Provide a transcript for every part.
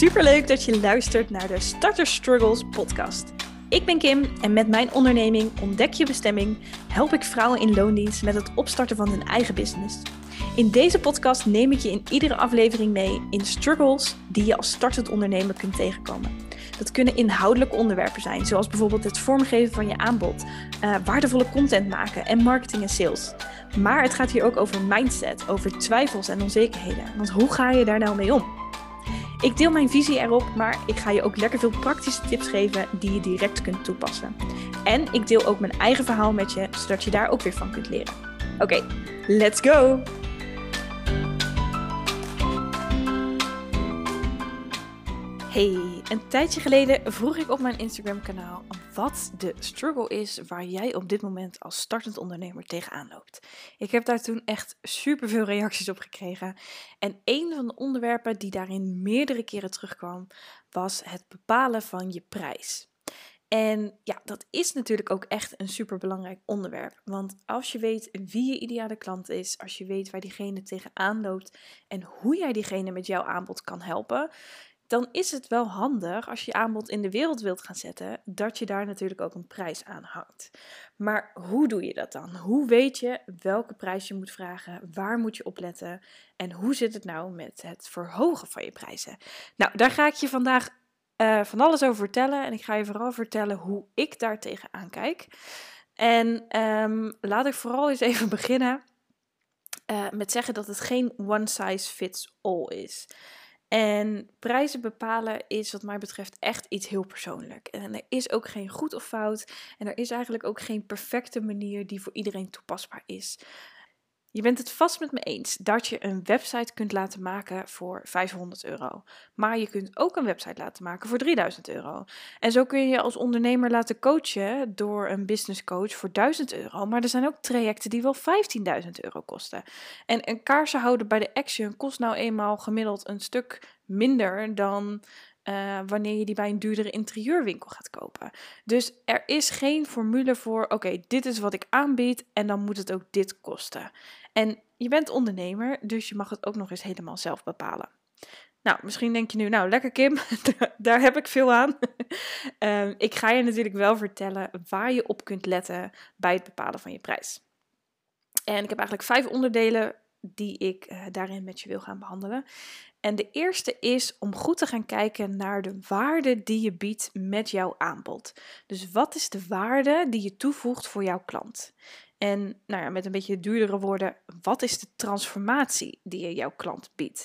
Superleuk dat je luistert naar de Starter Struggles podcast. Ik ben Kim en met mijn onderneming Ontdek je bestemming help ik vrouwen in loondienst met het opstarten van hun eigen business. In deze podcast neem ik je in iedere aflevering mee in struggles die je als startend ondernemer kunt tegenkomen. Dat kunnen inhoudelijke onderwerpen zijn, zoals bijvoorbeeld het vormgeven van je aanbod, waardevolle content maken en marketing en sales. Maar het gaat hier ook over mindset, over twijfels en onzekerheden. Want hoe ga je daar nou mee om? Ik deel mijn visie erop, maar ik ga je ook lekker veel praktische tips geven die je direct kunt toepassen. En ik deel ook mijn eigen verhaal met je, zodat je daar ook weer van kunt leren. Oké, let's go! Hey, een tijdje geleden vroeg ik op mijn Instagram kanaal wat de struggle is waar jij op dit moment als startend ondernemer tegenaan loopt. Ik heb daar toen echt superveel reacties op gekregen. En een van de onderwerpen die daarin meerdere keren terugkwam, was het bepalen van je prijs. En ja, dat is natuurlijk ook echt een superbelangrijk onderwerp. Want als je weet wie je ideale klant is, als je weet waar diegene tegenaan loopt en hoe jij diegene met jouw aanbod kan helpen, dan is het wel handig als je je aanbod in de wereld wilt gaan zetten, dat je daar natuurlijk ook een prijs aan hangt. Maar hoe doe je dat dan? Hoe weet je welke prijs je moet vragen? Waar moet je op letten? En hoe zit het nou met het verhogen van je prijzen? Nou, daar ga ik je vandaag van alles over vertellen. En ik ga je vooral vertellen hoe ik daar tegenaan kijk. En laat ik vooral eens even beginnen met zeggen dat het geen one size fits all is. En prijzen bepalen is wat mij betreft echt iets heel persoonlijk. En er is ook geen goed of fout. En er is eigenlijk ook geen perfecte manier die voor iedereen toepasbaar is. Je bent het vast met me eens dat je een website kunt laten maken voor €500. Maar je kunt ook een website laten maken voor €3000. En zo kun je je als ondernemer laten coachen door een business coach voor €1000. Maar er zijn ook trajecten die wel €15.000 kosten. En een kaarsenhouder bij de Action kost nou eenmaal gemiddeld een stuk minder dan wanneer je die bij een duurdere interieurwinkel gaat kopen. Dus er is geen formule voor, oké, dit is wat ik aanbied en dan moet het ook dit kosten. En je bent ondernemer, dus je mag het ook nog eens helemaal zelf bepalen. Nou, misschien denk je nu, nou lekker Kim, daar heb ik veel aan. Ik ga je natuurlijk wel vertellen waar je op kunt letten bij het bepalen van je prijs. En ik heb eigenlijk 5 onderdelen die ik daarin met je wil gaan behandelen. En de eerste is om goed te gaan kijken naar de waarde die je biedt met jouw aanbod. Dus wat is de waarde die je toevoegt voor jouw klant? En nou ja, met een beetje duurdere woorden, wat is de transformatie die je jouw klant biedt?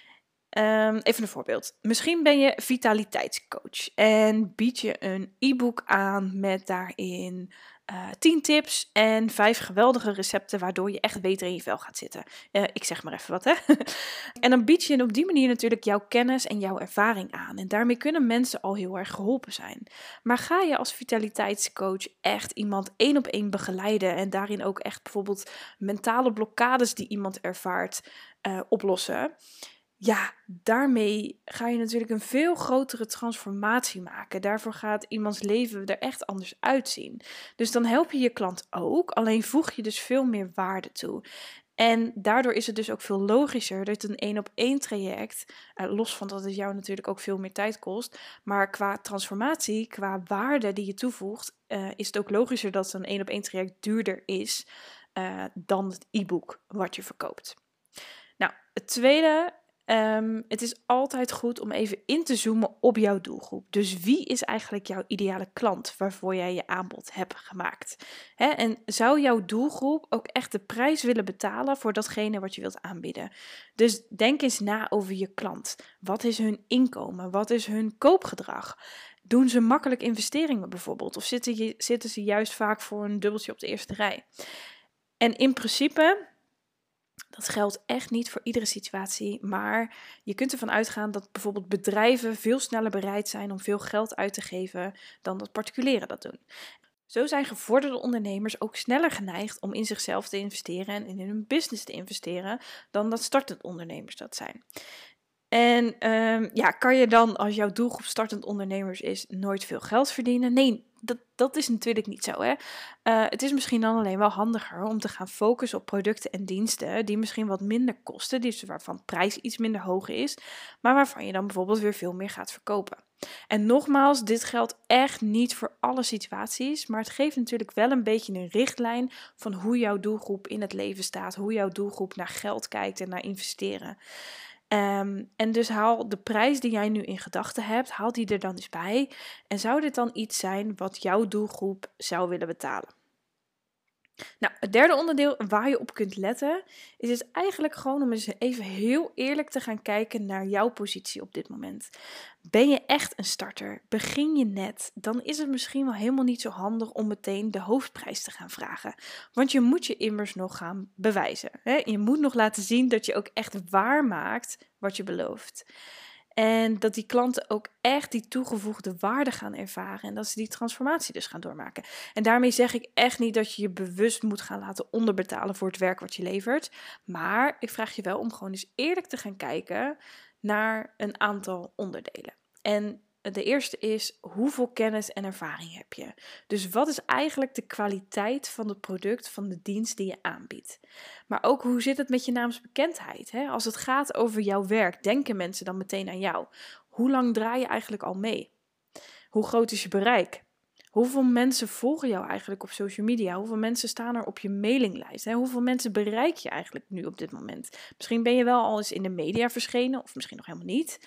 Even een voorbeeld. Misschien ben je vitaliteitscoach en bied je een e-book aan met daarin 10 tips en 5 geweldige recepten waardoor je echt beter in je vel gaat zitten. Ik zeg maar even wat, hè. En dan bied je op die manier natuurlijk jouw kennis en jouw ervaring aan. En daarmee kunnen mensen al heel erg geholpen zijn. Maar ga je als vitaliteitscoach echt iemand 1-op-1 begeleiden en daarin ook echt bijvoorbeeld mentale blokkades die iemand ervaart oplossen? Ja, daarmee ga je natuurlijk een veel grotere transformatie maken. Daarvoor gaat iemands leven er echt anders uitzien. Dus dan help je je klant ook, alleen voeg je dus veel meer waarde toe. En daardoor is het dus ook veel logischer dat een 1-op-1 traject, los van dat het jou natuurlijk ook veel meer tijd kost, maar qua transformatie, qua waarde die je toevoegt, is het ook logischer dat een 1-op-1 traject duurder is dan het e-book wat je verkoopt. Nou, het tweede. Het is altijd goed om even in te zoomen op jouw doelgroep. Dus wie is eigenlijk jouw ideale klant waarvoor jij je aanbod hebt gemaakt? En zou jouw doelgroep ook echt de prijs willen betalen voor datgene wat je wilt aanbieden? Dus denk eens na over je klant. Wat is hun inkomen? Wat is hun koopgedrag? Doen ze makkelijk investeringen bijvoorbeeld? Of zitten ze juist vaak voor een dubbeltje op de eerste rij? En in principe, dat geldt echt niet voor iedere situatie, maar je kunt ervan uitgaan dat bijvoorbeeld bedrijven veel sneller bereid zijn om veel geld uit te geven dan dat particulieren dat doen. Zo zijn gevorderde ondernemers ook sneller geneigd om in zichzelf te investeren en in hun business te investeren dan dat startend ondernemers dat zijn. En kan je dan, als jouw doelgroep startend ondernemers is, nooit veel geld verdienen? Nee, dat is natuurlijk niet zo, hè. Het is misschien dan alleen wel handiger om te gaan focussen op producten en diensten die misschien wat minder kosten, dus waarvan de prijs iets minder hoog is, maar waarvan je dan bijvoorbeeld weer veel meer gaat verkopen. En nogmaals, dit geldt echt niet voor alle situaties, maar het geeft natuurlijk wel een beetje een richtlijn van hoe jouw doelgroep in het leven staat, hoe jouw doelgroep naar geld kijkt en naar investeren. En dus haal de prijs die jij nu in gedachten hebt, haal die er dan eens bij. En zou dit dan iets zijn wat jouw doelgroep zou willen betalen? Nou, het derde onderdeel waar je op kunt letten, is dus eigenlijk gewoon om eens even heel eerlijk te gaan kijken naar jouw positie op dit moment. Ben je echt een starter? Begin je net? Dan is het misschien wel helemaal niet zo handig om meteen de hoofdprijs te gaan vragen. Want je moet je immers nog gaan bewijzen. Hè? Je moet nog laten zien dat je ook echt waarmaakt wat je belooft. En dat die klanten ook echt die toegevoegde waarde gaan ervaren. En dat ze die transformatie dus gaan doormaken. En daarmee zeg ik echt niet dat je je bewust moet gaan laten onderbetalen voor het werk wat je levert. Maar ik vraag je wel om gewoon eens eerlijk te gaan kijken naar een aantal onderdelen. En de eerste is, hoeveel kennis en ervaring heb je? Dus wat is eigenlijk de kwaliteit van het product, van de dienst die je aanbiedt? Maar ook, hoe zit het met je naamsbekendheid? Hè? Als het gaat over jouw werk, denken mensen dan meteen aan jou? Hoe lang draai je eigenlijk al mee? Hoe groot is je bereik? Hoeveel mensen volgen jou eigenlijk op social media? Hoeveel mensen staan er op je mailinglijst? Hè? Hoeveel mensen bereik je eigenlijk nu op dit moment? Misschien ben je wel al eens in de media verschenen, of misschien nog helemaal niet.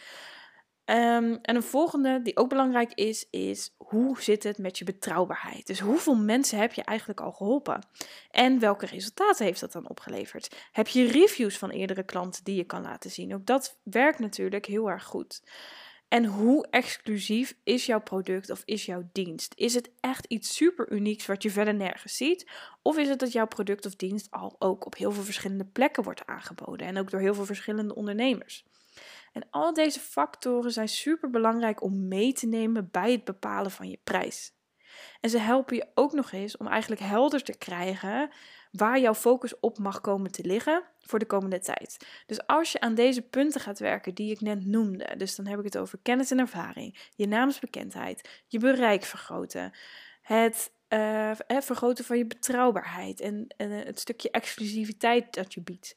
En een volgende die ook belangrijk is hoe zit het met je betrouwbaarheid? Dus hoeveel mensen heb je eigenlijk al geholpen? En welke resultaten heeft dat dan opgeleverd? Heb je reviews van eerdere klanten die je kan laten zien? Ook dat werkt natuurlijk heel erg goed. En hoe exclusief is jouw product of is jouw dienst? Is het echt iets super unieks wat je verder nergens ziet? Of is het dat jouw product of dienst al ook op heel veel verschillende plekken wordt aangeboden en ook door heel veel verschillende ondernemers? En al deze factoren zijn super belangrijk om mee te nemen bij het bepalen van je prijs. En ze helpen je ook nog eens om eigenlijk helder te krijgen waar jouw focus op mag komen te liggen voor de komende tijd. Dus als je aan deze punten gaat werken die ik net noemde, dus dan heb ik het over kennis en ervaring, je naamsbekendheid, je bereik vergroten, het vergroten van je betrouwbaarheid en het stukje exclusiviteit dat je biedt.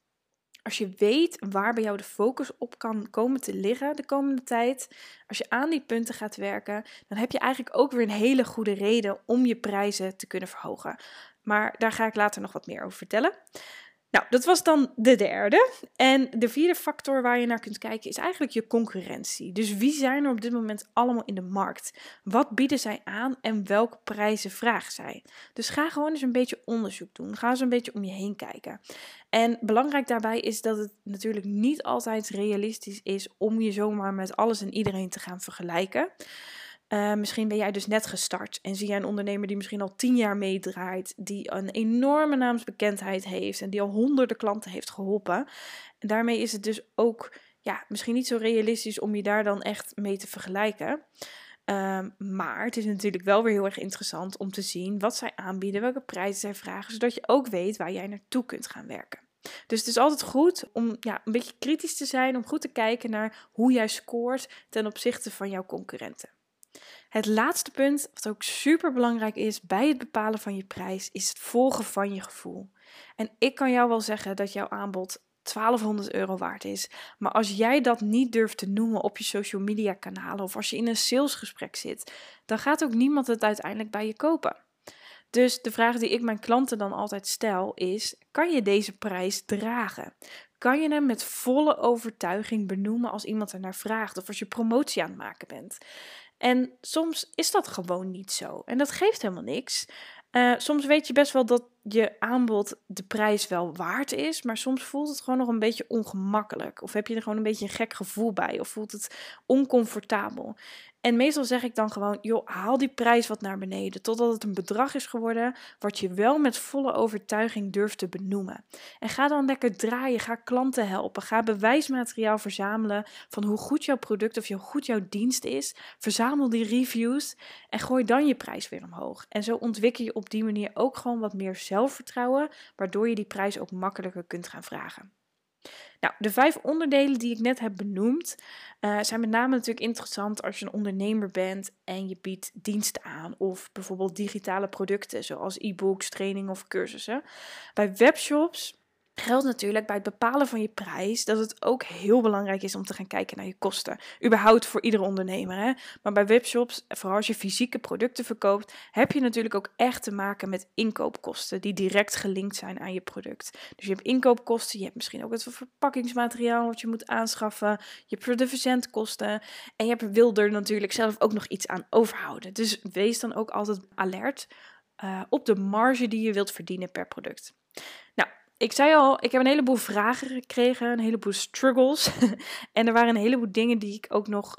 Als je weet waar bij jou de focus op kan komen te liggen de komende tijd, als je aan die punten gaat werken, dan heb je eigenlijk ook weer een hele goede reden om je prijzen te kunnen verhogen. Maar daar ga ik later nog wat meer over vertellen. Nou, dat was dan de derde. En de vierde factor waar je naar kunt kijken is eigenlijk je concurrentie. Dus wie zijn er op dit moment allemaal in de markt? Wat bieden zij aan en welke prijzen vragen zij? Dus ga gewoon eens een beetje onderzoek doen. Ga eens een beetje om je heen kijken. En belangrijk daarbij is dat het natuurlijk niet altijd realistisch is om je zomaar met alles en iedereen te gaan vergelijken. Misschien ben jij dus net gestart en zie jij een ondernemer die misschien al 10 jaar meedraait, die een enorme naamsbekendheid heeft en die al honderden klanten heeft geholpen. En daarmee is het dus ook misschien niet zo realistisch om je daar dan echt mee te vergelijken. Maar het is natuurlijk wel weer heel erg interessant om te zien wat zij aanbieden, welke prijzen zij vragen, zodat je ook weet waar jij naartoe kunt gaan werken. Dus het is altijd goed om een beetje kritisch te zijn, om goed te kijken naar hoe jij scoort ten opzichte van jouw concurrenten. Het laatste punt, wat ook super belangrijk is bij het bepalen van je prijs, is het volgen van je gevoel. En ik kan jou wel zeggen dat jouw aanbod 1200 euro waard is. Maar als jij dat niet durft te noemen op je social media kanalen of als je in een salesgesprek zit, dan gaat ook niemand het uiteindelijk bij je kopen. Dus de vraag die ik mijn klanten dan altijd stel is, kan je deze prijs dragen? Kan je hem met volle overtuiging benoemen als iemand er naar vraagt of als je promotie aan het maken bent? En soms is dat gewoon niet zo. En dat geeft helemaal niks. Soms weet je best wel dat je aanbod de prijs wel waard is, maar soms voelt het gewoon nog een beetje ongemakkelijk. Of heb je er gewoon een beetje een gek gevoel bij, of voelt het oncomfortabel. En meestal zeg ik dan gewoon, joh, haal die prijs wat naar beneden, totdat het een bedrag is geworden wat je wel met volle overtuiging durft te benoemen. En ga dan lekker draaien, ga klanten helpen, ga bewijsmateriaal verzamelen van hoe goed jouw product of hoe goed jouw dienst is. Verzamel die reviews en gooi dan je prijs weer omhoog. En zo ontwikkel je op die manier ook gewoon wat meer zelfvertrouwen, waardoor je die prijs ook makkelijker kunt gaan vragen. Nou, de 5 onderdelen die ik net heb benoemd zijn met name natuurlijk interessant als je een ondernemer bent en je biedt diensten aan of bijvoorbeeld digitale producten zoals e-books, trainingen of cursussen. Bij webshops geldt natuurlijk bij het bepalen van je prijs dat het ook heel belangrijk is om te gaan kijken naar je kosten. Überhaupt voor iedere ondernemer, hè? Maar bij webshops, vooral als je fysieke producten verkoopt, heb je natuurlijk ook echt te maken met inkoopkosten die direct gelinkt zijn aan je product. Dus je hebt inkoopkosten, je hebt misschien ook het verpakkingsmateriaal wat je moet aanschaffen, je hebt de verzendkosten en wil er natuurlijk zelf ook nog iets aan overhouden. Dus wees dan ook altijd alert op de marge die je wilt verdienen per product. Nou, ik zei al, ik heb een heleboel vragen gekregen, een heleboel struggles. En er waren een heleboel dingen die ik ook nog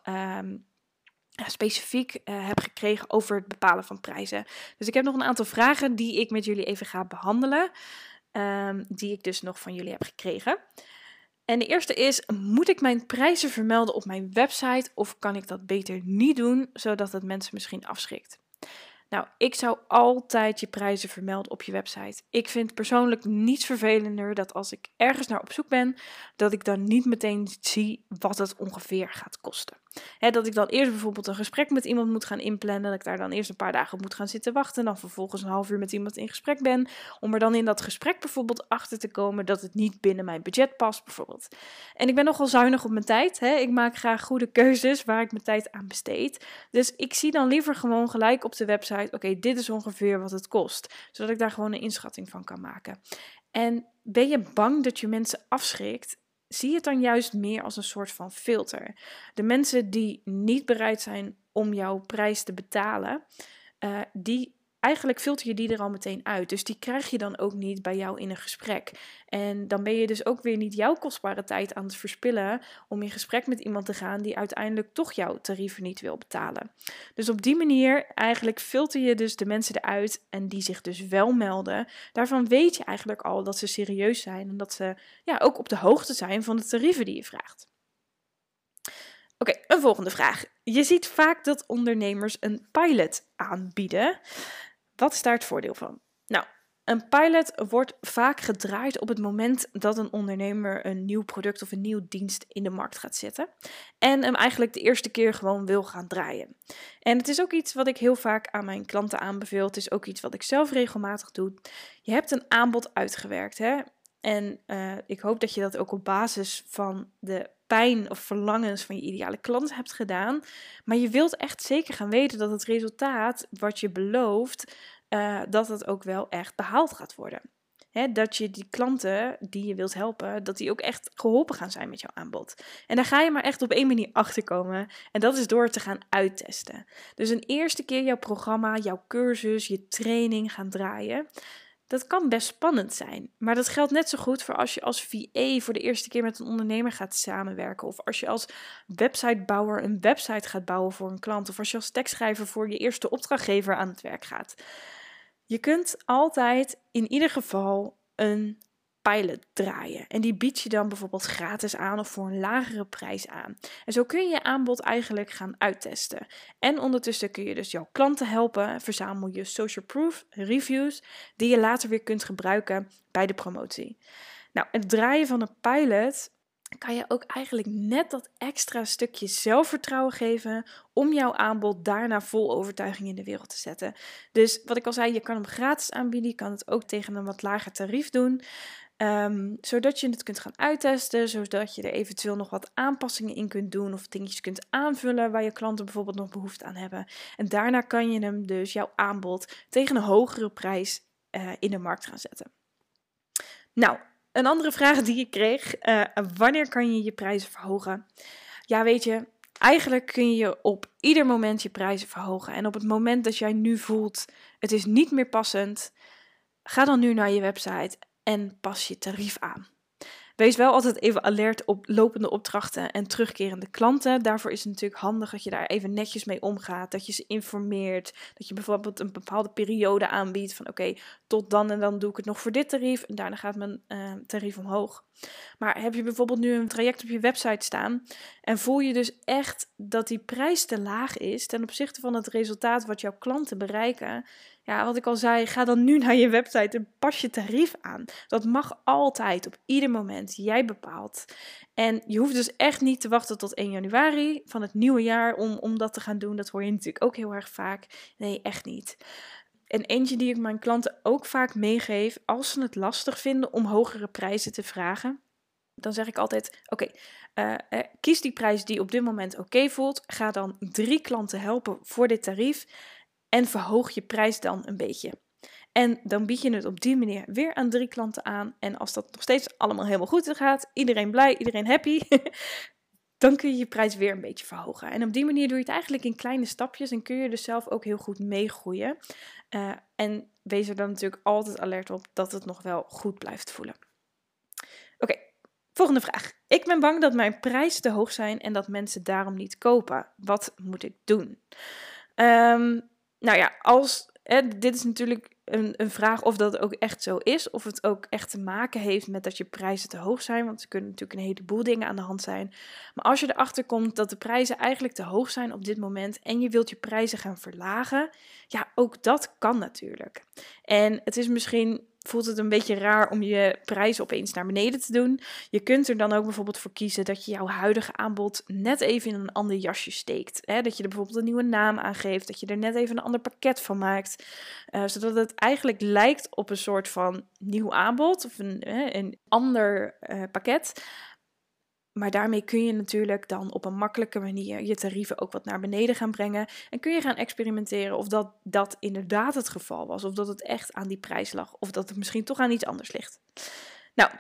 specifiek heb gekregen over het bepalen van prijzen. Dus ik heb nog een aantal vragen die ik met jullie even ga behandelen. Die ik dus nog van jullie heb gekregen. En de eerste is, moet ik mijn prijzen vermelden op mijn website of kan ik dat beter niet doen, zodat het mensen misschien afschrikt? Nou, ik zou altijd je prijzen vermelden op je website. Ik vind persoonlijk niets vervelender dat als ik ergens naar op zoek ben, dat ik dan niet meteen zie wat het ongeveer gaat kosten. Dat ik dan eerst bijvoorbeeld een gesprek met iemand moet gaan inplannen, dat ik daar dan eerst een paar dagen op moet gaan zitten wachten, dan vervolgens een half uur met iemand in gesprek ben, om er dan in dat gesprek bijvoorbeeld achter te komen dat het niet binnen mijn budget past bijvoorbeeld. En ik ben nogal zuinig op mijn tijd. Ik maak graag goede keuzes waar ik mijn tijd aan besteed. Dus ik zie dan liever gewoon gelijk op de website, oké, dit is ongeveer wat het kost, zodat ik daar gewoon een inschatting van kan maken. En ben je bang dat je mensen afschrikt? Zie het dan juist meer als een soort van filter. De mensen die niet bereid zijn om jouw prijs te betalen, eigenlijk filter je die er al meteen uit. Dus die krijg je dan ook niet bij jou in een gesprek. En dan ben je dus ook weer niet jouw kostbare tijd aan het verspillen om in gesprek met iemand te gaan die uiteindelijk toch jouw tarieven niet wil betalen. Dus op die manier eigenlijk filter je dus de mensen eruit en die zich dus wel melden. Daarvan weet je eigenlijk al dat ze serieus zijn en dat ze ook op de hoogte zijn van de tarieven die je vraagt. Oké, een volgende vraag. Je ziet vaak dat ondernemers een pilot aanbieden. Wat is daar het voordeel van? Nou, een pilot wordt vaak gedraaid op het moment dat een ondernemer een nieuw product of een nieuw dienst in de markt gaat zetten. En hem eigenlijk de eerste keer gewoon wil gaan draaien. En het is ook iets wat ik heel vaak aan mijn klanten aanbeveel. Het is ook iets wat ik zelf regelmatig doe. Je hebt een aanbod uitgewerkt, hè? En ik hoop dat je dat ook op basis van de pijn of verlangens van je ideale klant hebt gedaan. Maar je wilt echt zeker gaan weten dat het resultaat wat je belooft, dat het ook wel echt behaald gaat worden. Dat je die klanten die je wilt helpen, dat die ook echt geholpen gaan zijn met jouw aanbod. En daar ga je maar echt op 1 manier achter komen. En dat is door het te gaan uittesten. Dus een eerste keer jouw programma, jouw cursus, je training gaan draaien. Dat kan best spannend zijn, maar dat geldt net zo goed voor als je als VA voor de eerste keer met een ondernemer gaat samenwerken. Of als je als websitebouwer een website gaat bouwen voor een klant. Of als je als tekstschrijver voor je eerste opdrachtgever aan het werk gaat. Je kunt altijd in ieder geval een pilot draaien. En die bied je dan bijvoorbeeld gratis aan of voor een lagere prijs aan. En zo kun je je aanbod eigenlijk gaan uittesten. En ondertussen kun je dus jouw klanten helpen. Verzamel je social proof, reviews, die je later weer kunt gebruiken bij de promotie. Nou, het draaien van een pilot kan je ook eigenlijk net dat extra stukje zelfvertrouwen geven om jouw aanbod daarna vol overtuiging in de wereld te zetten. Dus wat ik al zei, je kan hem gratis aanbieden, je kan het ook tegen een wat lager tarief doen. Zodat je het kunt gaan uittesten, zodat je er eventueel nog wat aanpassingen in kunt doen of dingetjes kunt aanvullen waar je klanten bijvoorbeeld nog behoefte aan hebben. En daarna kan je hem dus, jouw aanbod, tegen een hogere prijs in de markt gaan zetten. Nou, een andere vraag die ik kreeg, wanneer kan je je prijzen verhogen? Ja, weet je, eigenlijk kun je op ieder moment je prijzen verhogen. En op het moment dat jij nu voelt, het is niet meer passend, ga dan nu naar je website en pas je tarief aan. Wees wel altijd even alert op lopende opdrachten en terugkerende klanten. Daarvoor is het natuurlijk handig dat je daar even netjes mee omgaat. Dat je ze informeert. Dat je bijvoorbeeld een bepaalde periode aanbiedt. Van oké, tot dan en dan doe ik het nog voor dit tarief. En daarna gaat mijn tarief omhoog. Maar heb je bijvoorbeeld nu een traject op je website staan. En voel je dus echt dat die prijs te laag is ten opzichte van het resultaat wat jouw klanten bereiken. Ja, wat ik al zei, ga dan nu naar je website en pas je tarief aan. Dat mag altijd, op ieder moment. moment. Jij bepaalt. En je hoeft dus echt niet te wachten tot 1 januari van het nieuwe jaar om dat te gaan doen. Dat hoor je natuurlijk ook heel erg vaak. Nee, echt niet. En eentje die ik mijn klanten ook vaak meegeef, als ze het lastig vinden om hogere prijzen te vragen, dan zeg ik altijd, kies die prijs die op dit moment oké voelt. Ga dan 3 klanten helpen voor dit tarief en verhoog je prijs dan een beetje. En dan bied je het op die manier weer aan 3 klanten aan. En als dat nog steeds allemaal helemaal goed gaat, iedereen blij, iedereen happy, dan kun je je prijs weer een beetje verhogen. En op die manier doe je het eigenlijk in kleine stapjes en kun je dus zelf ook heel goed meegroeien. En wees er dan natuurlijk altijd alert op dat het nog wel goed blijft voelen. Oké, volgende vraag. Ik ben bang dat mijn prijzen te hoog zijn en dat mensen daarom niet kopen. Wat moet ik doen? Dit is natuurlijk een vraag of dat ook echt zo is. Of het ook echt te maken heeft met dat je prijzen te hoog zijn. Want er kunnen natuurlijk een heleboel dingen aan de hand zijn. Maar als je erachter komt dat de prijzen eigenlijk te hoog zijn op dit moment en je wilt je prijzen gaan verlagen, ja, ook dat kan natuurlijk. En het is misschien, voelt het een beetje raar om je prijzen opeens naar beneden te doen. Je kunt er dan ook bijvoorbeeld voor kiezen dat je jouw huidige aanbod net even in een ander jasje steekt. Dat je er bijvoorbeeld een nieuwe naam aan geeft, dat je er net even een ander pakket van maakt. Zodat het eigenlijk lijkt op een soort van nieuw aanbod of een ander pakket. Maar daarmee kun je natuurlijk dan op een makkelijke manier je tarieven ook wat naar beneden gaan brengen. En kun je gaan experimenteren of dat inderdaad het geval was. Of dat het echt aan die prijs lag. Of dat het misschien toch aan iets anders ligt. Nou,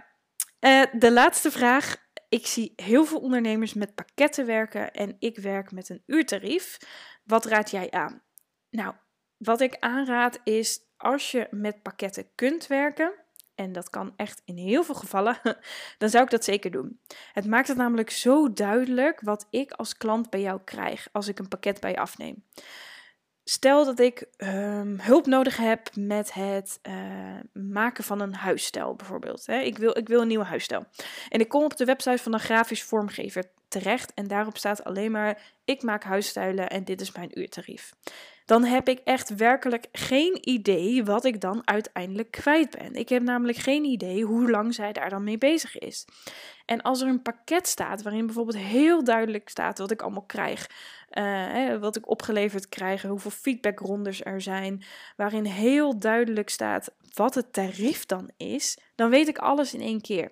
de laatste vraag. Ik zie heel veel ondernemers met pakketten werken en ik werk met een uurtarief. Wat raad jij aan? Nou, wat ik aanraad is, als je met pakketten kunt werken, en dat kan echt in heel veel gevallen, dan zou ik dat zeker doen. Het maakt het namelijk zo duidelijk wat ik als klant bij jou krijg als ik een pakket bij je afneem. Stel dat ik hulp nodig heb met het maken van een huisstijl bijvoorbeeld. Ik wil een nieuwe huisstijl. En ik kom op de website van een grafisch vormgever terecht en daarop staat alleen maar: ik maak huisstijlen en dit is mijn uurtarief. Dan heb ik echt werkelijk geen idee wat ik dan uiteindelijk kwijt ben. Ik heb namelijk geen idee hoe lang zij daar dan mee bezig is. En als er een pakket staat waarin bijvoorbeeld heel duidelijk staat wat ik allemaal krijg, wat ik opgeleverd krijg, hoeveel feedbackrondes er zijn, waarin heel duidelijk staat wat het tarief dan is, dan weet ik alles in 1 keer.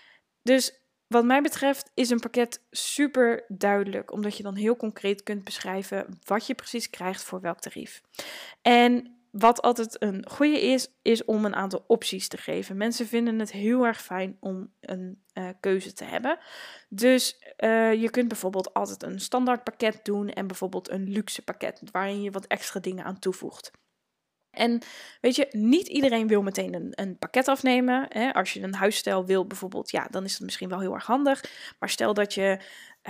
Dus wat mij betreft is een pakket super duidelijk, omdat je dan heel concreet kunt beschrijven wat je precies krijgt voor welk tarief. En wat altijd een goede is om een aantal opties te geven. Mensen vinden het heel erg fijn om een keuze te hebben. Dus je kunt bijvoorbeeld altijd een standaard pakket doen en bijvoorbeeld een luxe pakket, waarin je wat extra dingen aan toevoegt. En weet je, niet iedereen wil meteen een pakket afnemen. Als je een huisstijl wil bijvoorbeeld, ja, dan is dat misschien wel heel erg handig. Maar stel dat je,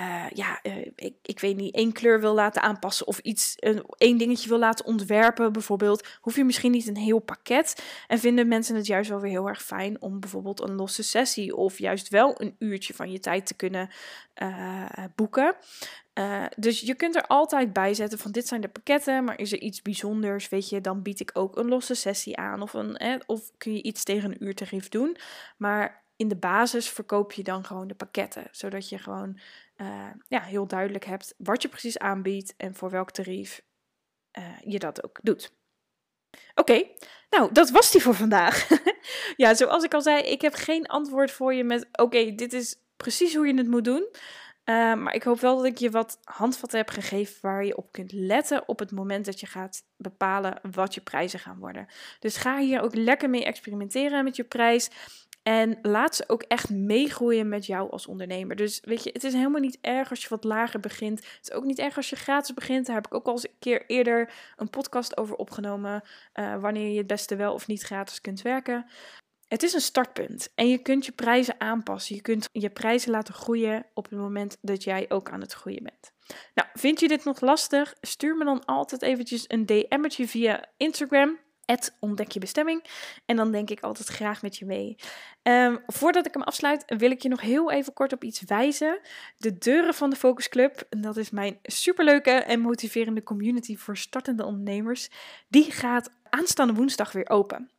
ik weet niet, 1 kleur wil laten aanpassen of één dingetje wil laten ontwerpen bijvoorbeeld, hoef je misschien niet een heel pakket. En vinden mensen het juist wel weer heel erg fijn om bijvoorbeeld een losse sessie of juist wel een uurtje van je tijd te kunnen boeken. Dus je kunt er altijd bij zetten van dit zijn de pakketten, maar is er iets bijzonders, weet je, dan bied ik ook een losse sessie aan of kun je iets tegen een uurtarief doen. Maar in de basis verkoop je dan gewoon de pakketten, zodat je gewoon heel duidelijk hebt wat je precies aanbiedt en voor welk tarief je dat ook doet. Oké, nou dat was die voor vandaag. Ja, zoals ik al zei, ik heb geen antwoord voor je met oké, dit is precies hoe je het moet doen. Maar ik hoop wel dat ik je wat handvatten heb gegeven waar je op kunt letten op het moment dat je gaat bepalen wat je prijzen gaan worden. Dus ga hier ook lekker mee experimenteren met je prijs. En laat ze ook echt meegroeien met jou als ondernemer. Dus weet je, het is helemaal niet erg als je wat lager begint. Het is ook niet erg als je gratis begint. Daar heb ik ook al eens een keer eerder een podcast over opgenomen. Wanneer je het beste wel of niet gratis kunt werken. Het is een startpunt en je kunt je prijzen aanpassen. Je kunt je prijzen laten groeien op het moment dat jij ook aan het groeien bent. Nou, vind je dit nog lastig? Stuur me dan altijd eventjes een DM'tje via Instagram, @ontdekjebestemming. En dan denk ik altijd graag met je mee. Voordat ik hem afsluit, wil ik je nog heel even kort op iets wijzen. De deuren van de Focus Club, en dat is mijn superleuke en motiverende community voor startende ondernemers, die gaat aanstaande woensdag weer open.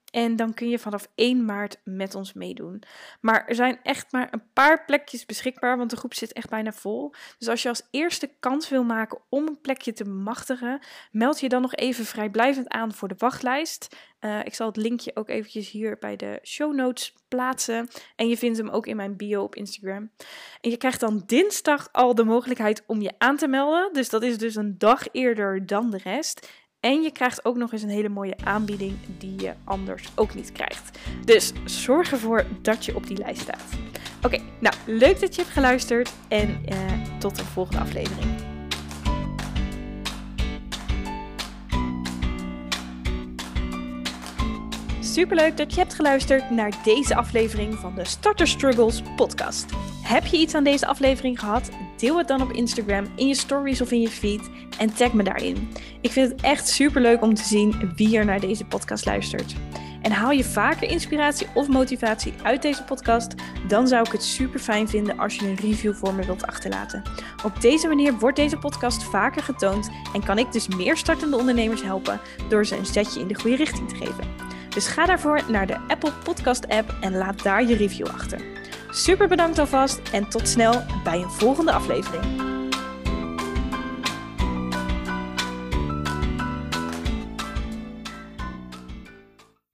En dan kun je vanaf 1 maart met ons meedoen. Maar er zijn echt maar een paar plekjes beschikbaar, want de groep zit echt bijna vol. Dus als je als eerste kans wil maken om een plekje te bemachtigen, meld je dan nog even vrijblijvend aan voor de wachtlijst. Ik zal het linkje ook eventjes hier bij de show notes plaatsen. En je vindt hem ook in mijn bio op Instagram. En je krijgt dan dinsdag al de mogelijkheid om je aan te melden. Dus dat is dus een dag eerder dan de rest. En je krijgt ook nog eens een hele mooie aanbieding die je anders ook niet krijgt. Dus zorg ervoor dat je op die lijst staat. Oké, nou leuk dat je hebt geluisterd en tot de volgende aflevering. Superleuk dat je hebt geluisterd naar deze aflevering van de Starter Struggles podcast. Heb je iets aan deze aflevering gehad? Deel het dan op Instagram, in je stories of in je feed en tag me daarin. Ik vind het echt superleuk om te zien wie er naar deze podcast luistert. En haal je vaker inspiratie of motivatie uit deze podcast, dan zou ik het super fijn vinden als je een review voor me wilt achterlaten. Op deze manier wordt deze podcast vaker getoond en kan ik dus meer startende ondernemers helpen door ze een zetje in de goede richting te geven. Dus ga daarvoor naar de Apple Podcast app en laat daar je review achter. Super bedankt alvast en tot snel bij een volgende aflevering.